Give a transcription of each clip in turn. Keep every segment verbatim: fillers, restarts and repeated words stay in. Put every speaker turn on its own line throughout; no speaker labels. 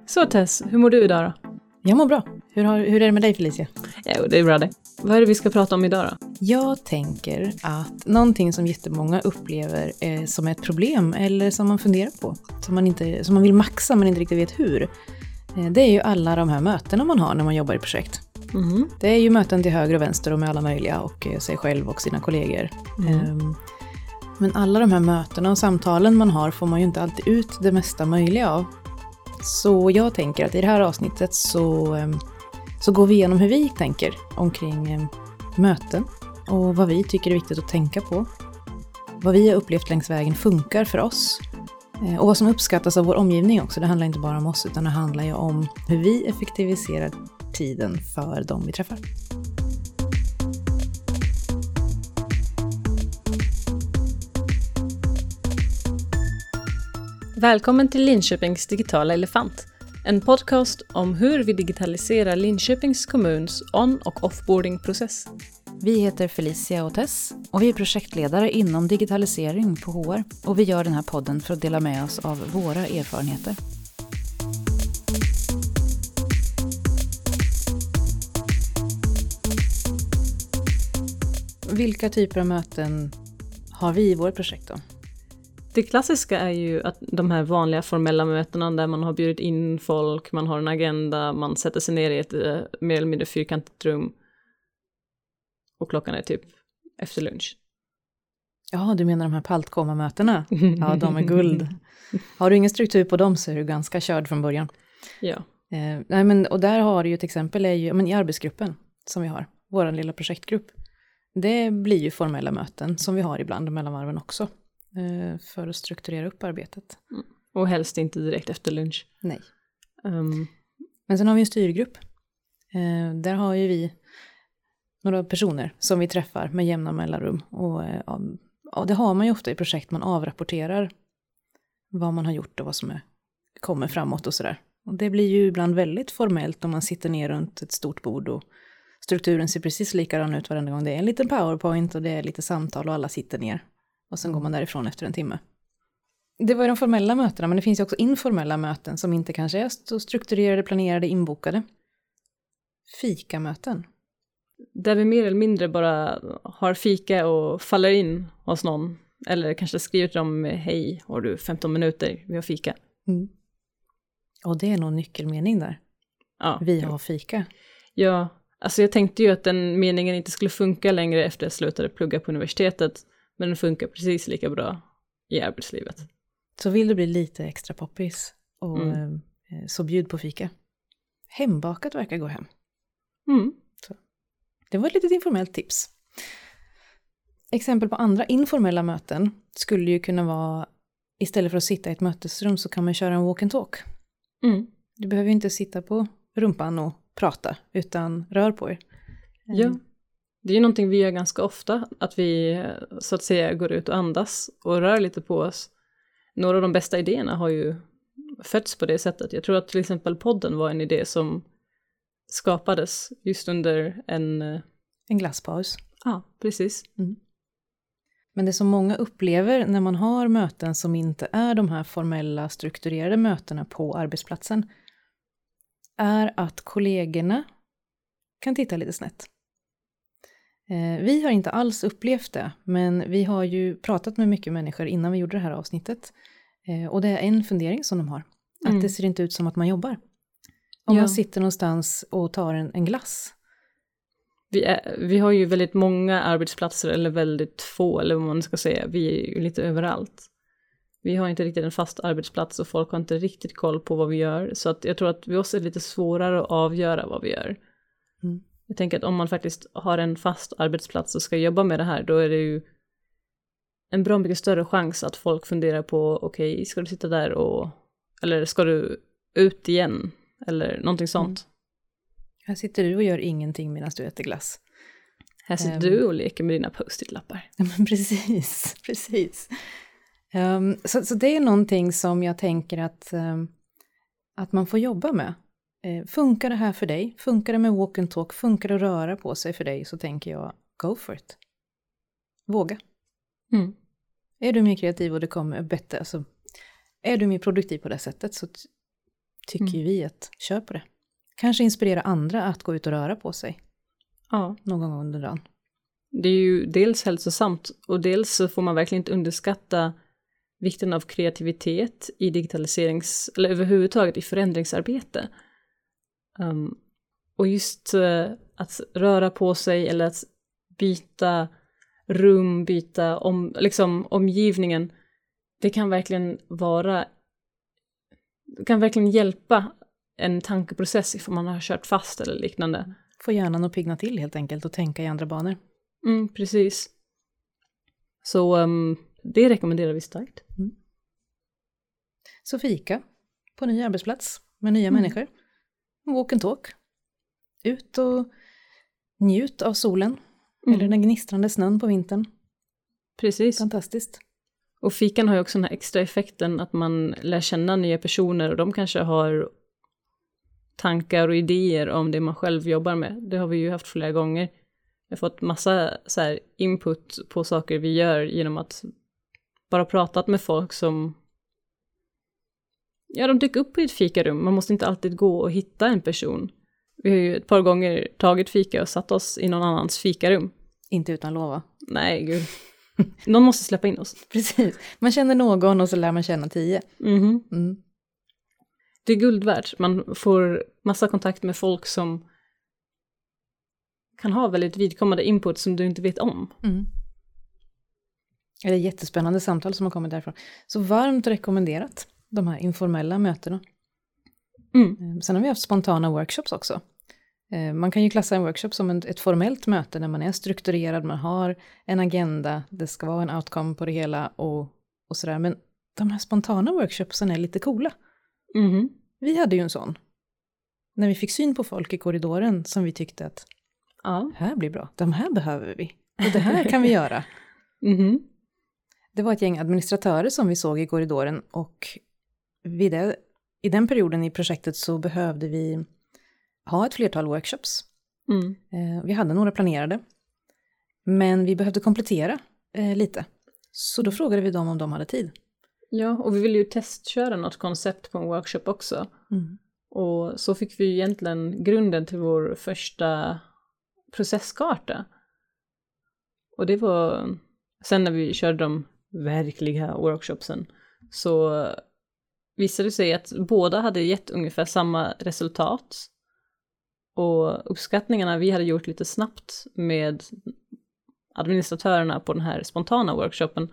Så Tess, hur mår du idag då?
Jag mår bra. Hur, har, hur är det med dig Felicia?
Jo, det är bra det. Vad är det vi ska prata om idag då?
Jag tänker att någonting som jättemånga upplever är som ett problem eller som man funderar på. Som man, inte, som man vill maxa men inte riktigt vet hur. Det är ju alla de här mötena man har när man jobbar i projekt. Mm. Det är ju möten till höger och vänster och med alla möjliga och sig själv och sina kollegor. Mm. Men alla de här mötena och samtalen man har får man ju inte alltid ut det mesta möjliga av. Så jag tänker att i det här avsnittet så, så går vi igenom hur vi tänker omkring möten och vad vi tycker är viktigt att tänka på. Vad vi har upplevt längs vägen funkar för oss och vad som uppskattas av vår omgivning också. Det handlar inte bara om oss utan det handlar ju om hur vi effektiviserar tiden för de vi träffar.
Välkommen till Linköpings digitala elefant. En podcast om hur vi digitaliserar Linköpings kommuns on- och offboarding-process.
Vi heter Felicia och Tess och vi är projektledare inom digitalisering på H R. Och vi gör den här podden för att dela med oss av våra erfarenheter. Vilka typer av möten har vi i vårt projekt då?
Det klassiska är ju att de här vanliga formella mötena där man har bjudit in folk, man har en agenda, man sätter sig ner i ett uh, mer eller mindre fyrkantigt rum och klockan är typ efter lunch.
Ja, du menar de här paltkoma-mötena? Ja, de är guld. Har du ingen struktur på dem så är du ganska körd från början.
Ja.
Eh, nej, men, och där har du ju ett exempel är ju, men i arbetsgruppen som vi har, vår lilla projektgrupp. Det blir ju formella möten som vi har ibland mellan varven också. För att strukturera upp arbetet.
Mm. Och helst inte direkt efter lunch.
Nej.
Um.
Men sen har vi en styrgrupp. Eh, där har ju vi några personer som vi träffar med jämna mellanrum. Och, ja, och det har man ju ofta i projekt. Man avrapporterar vad man har gjort och vad som är, kommer framåt och sådär. Och det blir ju ibland väldigt formellt om man sitter ner runt ett stort bord och strukturen ser precis likadan ut varenda gång. Det är en liten powerpoint och det är lite samtal och alla sitter ner. Och sen går man därifrån efter en timme. Det var ju de formella mötena, men det finns ju också informella möten som inte kanske är så strukturerade, planerade, inbokade. Fikamöten.
Där vi mer eller mindre bara har fika och faller in hos någon. Eller kanske skriver till dem, hej, har du femton minuter, vi har fika.
Mm. Och det är nog nyckelmening där.
Ja.
Vi har fika.
Ja, alltså jag tänkte ju att den meningen inte skulle funka längre efter att jag slutade plugga på universitetet. Men den funkar precis lika bra i arbetslivet.
Så vill du bli lite extra poppis och
mm.
eh, så bjud på fika. Hembakat verkar gå hem.
Mm.
Så. Det var ett litet informellt tips. Exempel på andra informella möten skulle ju kunna vara, istället för att sitta i ett mötesrum så kan man köra en walk and talk.
Mm.
Du behöver ju inte sitta på rumpan och prata utan rör på er.
Ja. Det är ju någonting vi gör ganska ofta, att vi så att säga går ut och andas och rör lite på oss. Några av de bästa idéerna har ju fötts på det sättet. Jag tror att till exempel podden var en idé som skapades just under en...
En glasspaus.
Ja, precis.
Mm. Men det som många upplever när man har möten som inte är de här formella strukturerade mötena på arbetsplatsen är att kollegorna kan titta lite snett. Vi har inte alls upplevt det, men vi har ju pratat med mycket människor innan vi gjorde det här avsnittet. Och det är en fundering som de har. Att mm. det ser inte ut som att man jobbar. Om ja. man sitter någonstans och tar en, en glass.
Vi, är, vi har ju väldigt många arbetsplatser, eller väldigt få, eller vad man ska säga. Vi är ju lite överallt. Vi har inte riktigt en fast arbetsplats och folk har inte riktigt koll på vad vi gör. Så att jag tror att vi också är lite svårare att avgöra vad vi gör. Mm. Jag tänker att om man faktiskt har en fast arbetsplats och ska jobba med det här, då är det ju en bra mycket större chans att folk funderar på, okej, okay, ska du sitta där och, eller ska du ut igen, eller någonting sånt. Mm.
Här sitter du och gör ingenting medan du äter glass.
Här sitter um, du och leker med dina post-it-lappar.
Men precis, precis. Um, så, så det är någonting som jag tänker att, um, att man får jobba med. Funkar det här för dig? Funkar det med walk and talk? Funkar det att röra på sig för dig? Så tänker jag, go for it. Våga. Mm. Är du mer kreativ och det kommer bättre, alltså, är du mer produktiv på det sättet så tycker
Mm.
ju vi att kör på det. Kanske inspirera andra att gå ut och röra på sig
Ja.
någon gång under dagen.
Det är ju dels hälsosamt och dels så får man verkligen inte underskatta vikten av kreativitet i digitaliserings, eller överhuvudtaget i förändringsarbete. Um, och just uh, att röra på sig eller att byta rum, byta om, liksom omgivningen, det kan verkligen vara, det kan verkligen hjälpa en tankeprocess ifall man har kört fast eller liknande.
Få hjärnan att pigna till helt enkelt och tänka i andra banor.
Mm, precis. Så um, det rekommenderar vi starkt.
Mm. Så fika på ny arbetsplats med nya
Mm.
människor. Walk and talk. Ut och njut av solen.
Mm.
Eller den gnistrande snön på vintern.
Precis.
Fantastiskt.
Och fikan har ju också den här extra effekten att man lär känna nya personer och de kanske har tankar och idéer om det man själv jobbar med. Det har vi ju haft flera gånger. Jag har fått massa så här input på saker vi gör genom att bara pratat med folk som, ja, de dyker upp i ett fikarum. Man måste inte alltid gå och hitta en person. Vi har ju ett par gånger tagit fika och satt oss i någon annans fikarum.
Inte utan lova.
Nej, gud. Någon måste släppa in oss.
Precis. Man känner någon och så lär man känna tio.
Mhm.
Mm.
Det är guld värt. Man får massa kontakt med folk som kan ha väldigt vidkommande input som du inte vet om.
Mm. Det är jättespännande samtal som har kommit därifrån. Så varmt rekommenderat, de här informella mötena.
Mm.
Sen har vi haft spontana workshops också. Man kan ju klassa en workshop som ett formellt möte när man är strukturerad, man har en agenda, det ska vara en outcome på det hela och, och sådär. Men de här spontana workshopsen är lite coola.
Mm.
Vi hade ju en sån. När vi fick syn på folk i korridoren som vi tyckte att
Ja.
här blir bra, de här behöver vi. Och det här kan vi göra.
Mm.
Det var ett gäng administratörer som vi såg i korridoren och vid det, i den perioden i projektet så behövde vi ha ett flertal workshops.
Mm.
Eh, vi hade några planerade. Men vi behövde komplettera eh, lite. Så då frågade vi dem om de hade tid.
Ja, och vi ville ju testköra något koncept på en workshop också.
Mm.
Och så fick vi ju egentligen grunden till vår första processkarta. Och det var, sen när vi körde de verkliga workshopsen så visade det sig att båda hade gett ungefär samma resultat. Och uppskattningarna vi hade gjort lite snabbt med administratörerna på den här spontana workshopen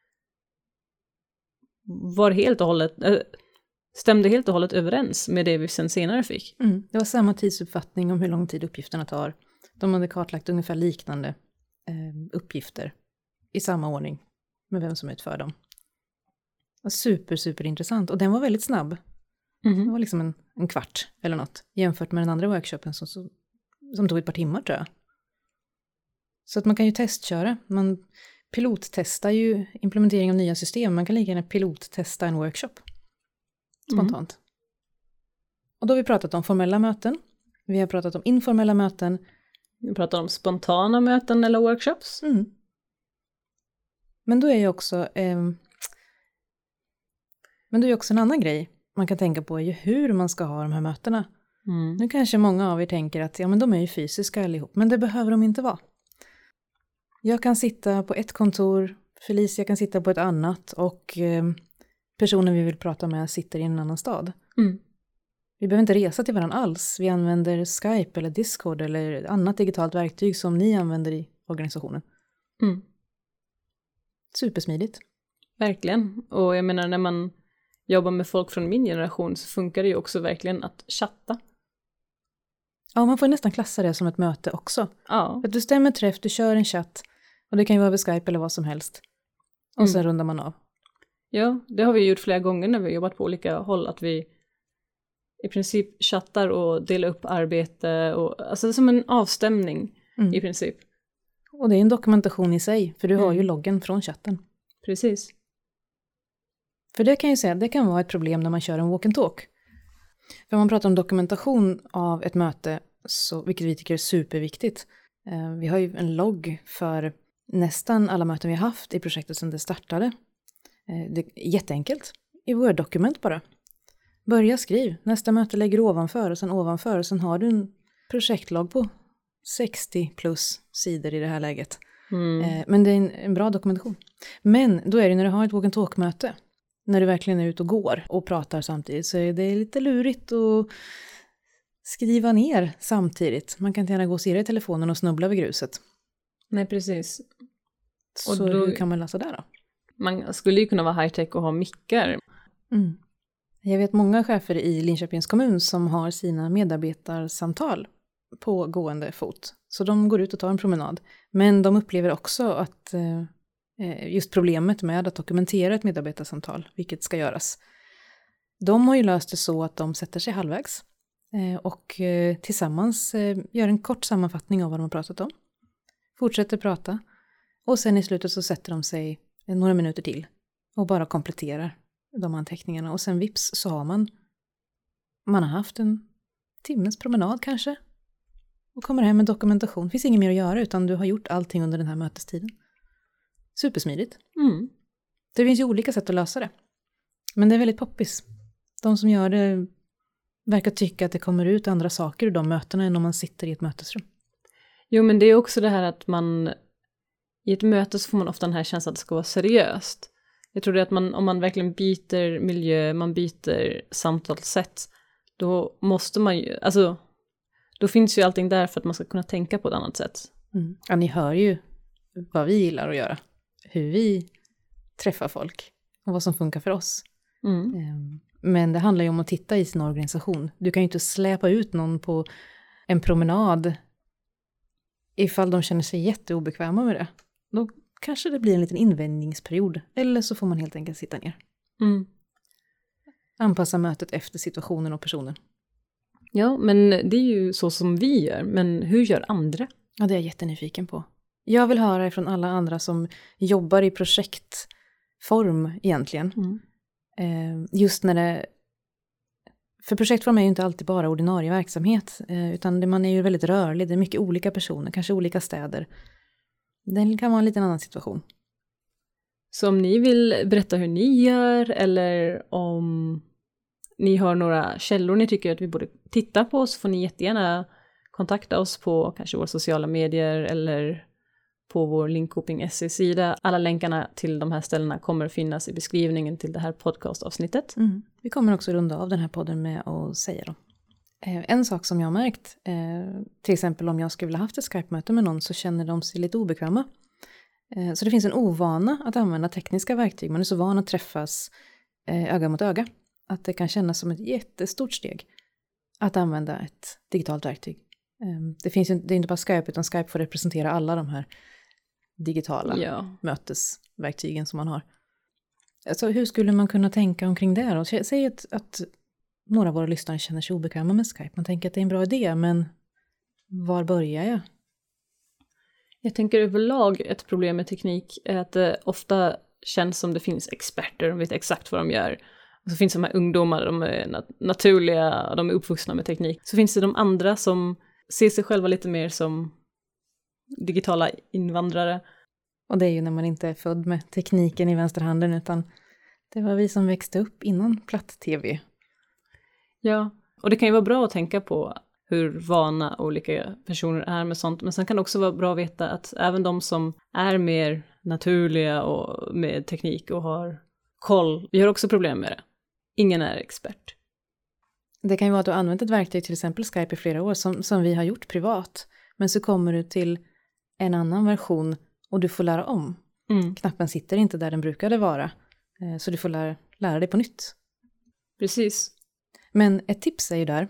var helt och hållet, äh, stämde helt och hållet överens med det vi sen senare fick.
Mm. Det var samma tidsuppfattning om hur lång tid uppgifterna tar. De hade kartlagt ungefär liknande eh, uppgifter i samma ordning med vem som utför dem. Det var super, super intressant. Och den var väldigt snabb.
Mm-hmm.
Det var liksom en, en kvart eller något jämfört med den andra workshopen som, som, som tog ett par timmar tror jag. Så att man kan ju testköra. Man pilottestar ju implementering av nya system. Man kan lika gärna pilottesta en workshop spontant. Mm. Och då har vi pratat om formella möten. Vi har pratat om informella möten.
Vi pratar om spontana möten eller workshops.
Mm. Men då är ju också eh, men då är ju också en annan grej man kan tänka på är ju hur man ska ha de här mötena. Mm. Nu kanske många av er tänker att ja, men de är ju fysiska allihop, men det behöver de inte vara. Jag kan sitta på ett kontor, Felicia kan sitta på ett annat och eh, personen vi vill prata med sitter i en annan stad.
Mm.
Vi behöver inte resa till varandra alls. Vi använder Skype eller Discord eller annat digitalt verktyg som ni använder i organisationen.
Mm.
Supersmidigt.
Verkligen. Och jag menar när man jobbar med folk från min generation så funkar det ju också verkligen att chatta.
Ja, man får nästan klassa det som ett möte också.
Ja.
Att du stämmer träff, du kör en chatt och det kan ju vara över Skype eller vad som helst. Och mm. sen rundar man av.
Ja, det har vi gjort flera gånger när vi har jobbat på olika håll att vi i princip chattar och delar upp arbete och alltså det är som en avstämning mm. i princip.
Och det är en dokumentation i sig för du mm. har ju loggen från chatten.
Precis.
För det kan jag säga, det kan vara ett problem när man kör en walk and talk. För man pratar om dokumentation av ett möte, så, vilket vi tycker är superviktigt. Eh, vi har ju en logg för nästan alla möten vi har haft i projektet sedan det startade. Eh, det är jätteenkelt, i Word-dokument bara. Börja skriv. Nästa möte lägger du ovanför och sen ovanför. Och sen har du en projektlog på sextio plus sidor i det här läget.
Mm.
Eh, men det är en, en bra dokumentation. Men då är det när du har ett walk and talk-möte. När du verkligen är ute och går och pratar samtidigt. Så är det lite lurigt att skriva ner samtidigt. Man kan inte gärna gå och se det i telefonen och snubbla vid gruset.
Nej, precis.
Och så då, hur kan man läsa där då?
Man skulle ju kunna vara high-tech och ha mickar.
Mm. Jag vet många chefer i Linköpings kommun som har sina medarbetarsamtal på gående fot. Så de går ut och tar en promenad. Men de upplever också att eh, just problemet med att dokumentera ett medarbetarsamtal, vilket ska göras. De har ju löst det så att de sätter sig halvvägs eh, och eh, tillsammans eh, gör en kort sammanfattning av vad de har pratat om. Fortsätter prata och sen i slutet så sätter de sig några minuter till och bara kompletterar de anteckningarna. Och sen vips så har man, man har haft en timmes promenad kanske. Och kommer hem med dokumentation. Det finns inget mer att göra utan du har gjort allting under den här mötestiden. Supersmidigt.
Mm.
Det finns ju olika sätt att lösa det. Men det är väldigt poppis. De som gör det verkar tycka att det kommer ut andra saker ur de mötena än om man sitter i ett mötesrum.
Jo, men det är också det här att man i ett möte så får man ofta den här känslan att det ska vara seriöst. Jag tror det att man, om man verkligen byter miljö, man byter samtalssätt, då måste man ju, alltså då finns ju allting där för att man ska kunna tänka på ett annat sätt.
Mm. Ja, ni hör ju vad vi gillar att göra. Hur vi träffar folk och vad som funkar för oss.
Mm.
Men det handlar ju om att titta i sin organisation. Du kan ju inte släpa ut någon på en promenad ifall de känner sig jätteobekväma med det. Då kanske det blir en liten invändningsperiod. Eller så får man helt enkelt sitta ner.
Mm.
Anpassa mötet efter situationen och personen.
Ja, men det är ju så som vi gör. Men hur gör andra?
Ja, det är jag jättenyfiken på. Jag vill höra från alla andra som jobbar i projektform egentligen.
Mm.
Eh, just när det... För projektform är ju inte alltid bara ordinarie verksamhet. Eh, utan det, man är ju väldigt rörlig. Det är mycket olika personer, kanske olika städer. Det kan vara en liten annan situation.
Så om ni vill berätta hur ni gör eller om ni har några källor ni tycker att vi borde titta på, så får ni jättegärna kontakta oss på kanske våra sociala medier eller på vår Linköping punkt se-sida. Alla länkarna till de här ställena kommer finnas i beskrivningen till det här podcastavsnittet.
Mm. Vi kommer också runda av den här podden med att säga då. Eh, en sak som jag har märkt, eh, till exempel om jag skulle vilja haft ett Skype-möte med någon så känner de sig lite obekväma. Eh, så det finns en ovana att använda tekniska verktyg. Man är så van att träffas eh, öga mot öga. Att det kan kännas som ett jättestort steg att använda ett digitalt verktyg. Eh, det, finns ju, det är inte bara Skype utan Skype får representera alla de här digitala
ja.
mötesverktygen som man har. Alltså, hur skulle man kunna tänka omkring det då? Säg att, att några av våra lyssnare känner sig obekväma med Skype. Man tänker att det är en bra idé, men var börjar jag?
Jag tänker överlag ett problem med teknik är att det ofta känns som det finns experter, de vet exakt vad de gör. Och så finns det de här ungdomar, de är nat- naturliga, de är uppvuxna med teknik. Så finns det de andra som ser sig själva lite mer som digitala invandrare.
Och det är ju när man inte är född med tekniken i vänsterhanden, utan det var vi som växte upp innan platt-tv.
Ja, och det kan ju vara bra att tänka på hur vana olika personer är med sånt. Men sen kan det också vara bra att veta att även de som är mer naturliga och med teknik och har koll, vi har också problem med det. Ingen är expert.
Det kan ju vara att du har använt ett verktyg, till exempel Skype i flera år, som, som vi har gjort privat. Men så kommer du till en annan version och du får lära om.
Mm.
Knappen sitter inte där den brukade vara. Så du får lära, lära dig på nytt.
Precis.
Men ett tips är ju där,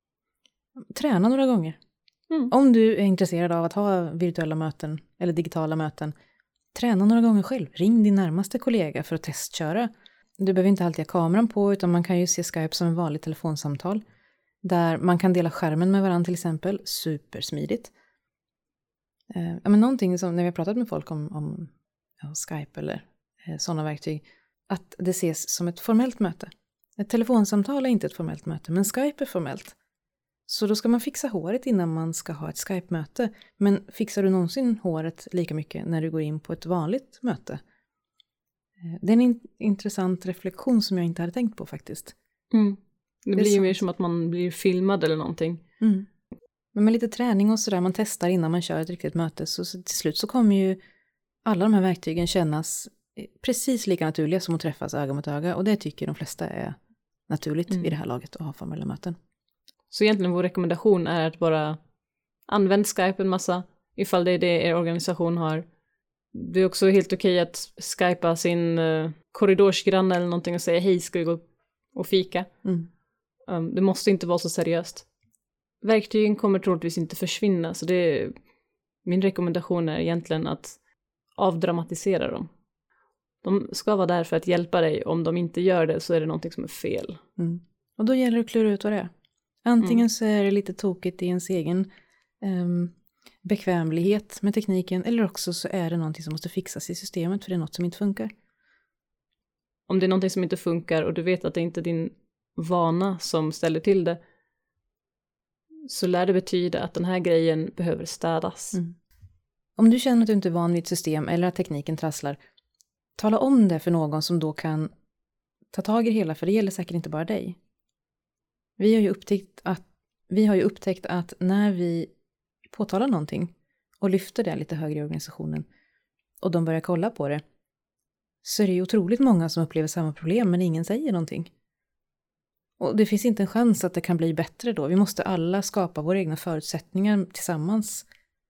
träna några gånger.
Mm.
Om du är intresserad av att ha virtuella möten eller digitala möten, träna några gånger själv. Ring din närmaste kollega för att testköra. Du behöver inte alltid ha kameran på, utan man kan ju se Skype som en vanlig telefonsamtal. Där man kan dela skärmen med varandra till exempel. Supersmidigt. Eh, ja, men någonting som när vi har pratat med folk om, om ja, Skype eller eh, sådana verktyg, att det ses som ett formellt möte. Ett telefonsamtal är inte ett formellt möte, men Skype är formellt. Så då ska man fixa håret innan man ska ha ett Skype-möte. Men fixar du någonsin håret lika mycket när du går in på ett vanligt möte? Det är en in- intressant reflektion som jag inte hade tänkt på faktiskt.
Mm. Det, det blir ju mer som att man blir filmad eller någonting.
Mm. Men med lite träning och sådär, man testar innan man kör ett riktigt möte, så, så till slut så kommer ju alla de här verktygen kännas precis lika naturliga som att träffas öga mot öga. Och det tycker de flesta är naturligt mm. i det här laget att ha formella möten.
Så egentligen vår rekommendation är att bara använd Skype en massa ifall det är det er organisation har. Det är också helt okej att skypa sin uh, korridorsgranne eller någonting och säga hej, ska vi gå och fika. Mm. Um, det måste inte vara så seriöst. Verktygen kommer troligtvis inte försvinna, så det är, min rekommendation är egentligen att avdramatisera dem. De ska vara där för att hjälpa dig. Om de inte gör det så är det någonting som är fel.
Mm. Och då gäller det att klura ut vad det är. Antingen mm. så är det lite tokigt i ens egen um, bekvämlighet med tekniken, eller också så är det någonting som måste fixas i systemet för det är något som inte funkar.
Om det är någonting som inte funkar och du vet att det inte är din vana som ställer till det, så lär det betyda att den här grejen behöver städas. Mm.
Om du känner att du inte är van vid ett system eller att tekniken trasslar, tala om det för någon som då kan ta tag i det hela, för det gäller säkert inte bara dig. Vi har ju upptäckt att, vi har ju upptäckt att när vi påtalar någonting och lyfter det lite högre i organisationen och de börjar kolla på det, så är det ju otroligt många som upplever samma problem men ingen säger någonting. Och det finns inte en chans att det kan bli bättre då. Vi måste alla skapa våra egna förutsättningar tillsammans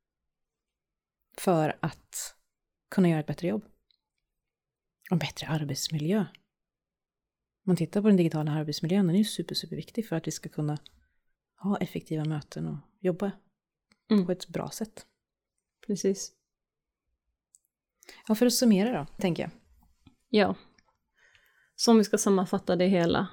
för att kunna göra ett bättre jobb. Och en bättre arbetsmiljö. Om man tittar på den digitala arbetsmiljön, den är ju super, super viktig för att vi ska kunna ha effektiva möten och jobba mm. på ett bra sätt.
Precis.
Ja, för att summera då, tänker jag.
Ja. Som vi ska sammanfatta det hela.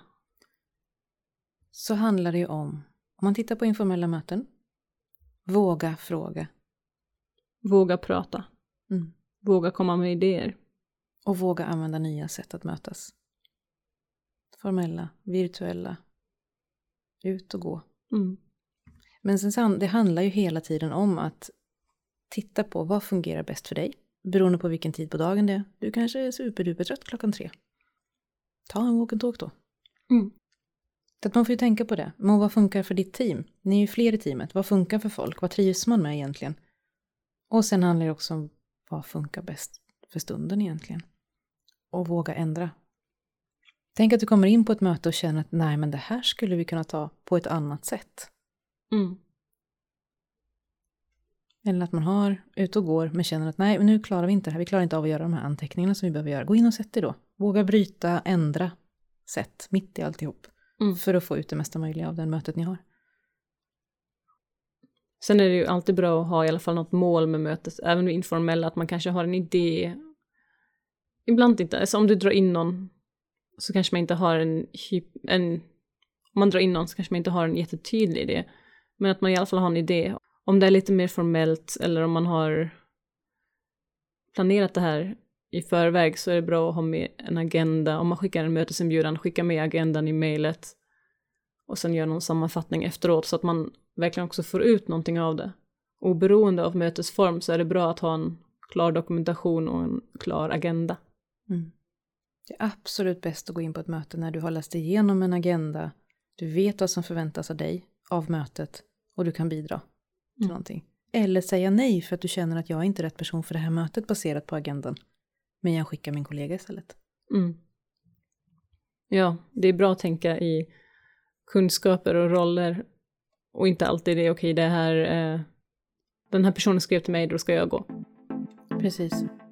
Så handlar det ju om, om man tittar på informella möten, våga fråga.
Våga prata.
Mm.
Våga komma med idéer.
Och våga använda nya sätt att mötas. Formella, virtuella, ut och gå.
Mm.
Men sen, det handlar ju hela tiden om att titta på vad fungerar bäst för dig. Beroende på vilken tid på dagen det är. Du kanske är superduper trött klockan tre. Ta en walk and talk då.
Mm.
Så att man får ju tänka på det. Men vad funkar för ditt team? Ni är ju fler i teamet. Vad funkar för folk? Vad trivs man med egentligen? Och sen handlar det också om vad funkar bäst för stunden egentligen. Och våga ändra. Tänk att du kommer in på ett möte och känner att nej, men det här skulle vi kunna ta på ett annat sätt.
Mm.
Eller att man har ut och går men känner att nej, men nu klarar vi inte det här. Vi klarar inte av att göra de här anteckningarna som vi behöver göra. Gå in och sätt det då. Våga bryta, ändra sätt mitt i alltihop. Mm. För att få ut det mesta möjliga av den mötet ni har.
Sen är det ju alltid bra att ha i alla fall något mål med mötet. Även med informella, att man kanske har en idé. Ibland inte. Alltså om du drar in någon så kanske man inte har en, en... Om man drar in någon så kanske man inte har en jättetydlig idé. Men att man i alla fall har en idé. Om det är lite mer formellt eller om man har planerat det här i förväg, så är det bra att ha med en agenda. Om man skickar en mötesinbjudan, skicka med agendan i mejlet. Och sen göra någon sammanfattning efteråt så att man verkligen också får ut någonting av det. Oberoende av mötesform så är det bra att ha en klar dokumentation och en klar agenda.
Mm. Det är absolut bäst att gå in på ett möte när du har läst igenom en agenda. Du vet vad som förväntas av dig, av mötet, och du kan bidra till mm. någonting. Eller säga nej för att du känner att jag är inte rätt person för det här mötet baserat på agendan. Men jag skickar min kollega istället.
Mm. Ja, det är bra att tänka i kunskaper och roller. Och inte alltid det, okej, okay, det här, eh, den här personen skrev till mig, då ska jag gå.
Precis.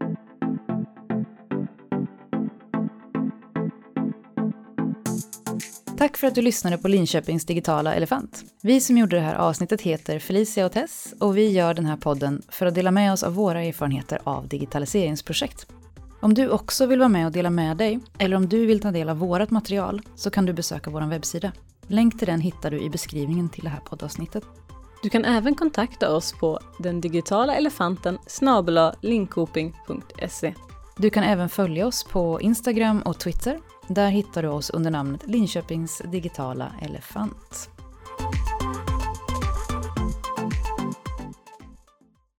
Tack för att du lyssnade på Linköpings digitala elefant. Vi som gjorde det här avsnittet heter Felicia och Tess och vi gör den här podden för att dela med oss av våra erfarenheter av digitaliseringsprojekt. Om du också vill vara med och dela med dig eller om du vill ta del av vårt material så kan du besöka vår webbsida. Länk till den hittar du i beskrivningen till det här poddavsnittet.
Du kan även kontakta oss på den digitala elefanten snabel-a linkoping punkt se.
Du kan även följa oss på Instagram och Twitter. Där hittar du oss under namnet Linköpings digitala elefant.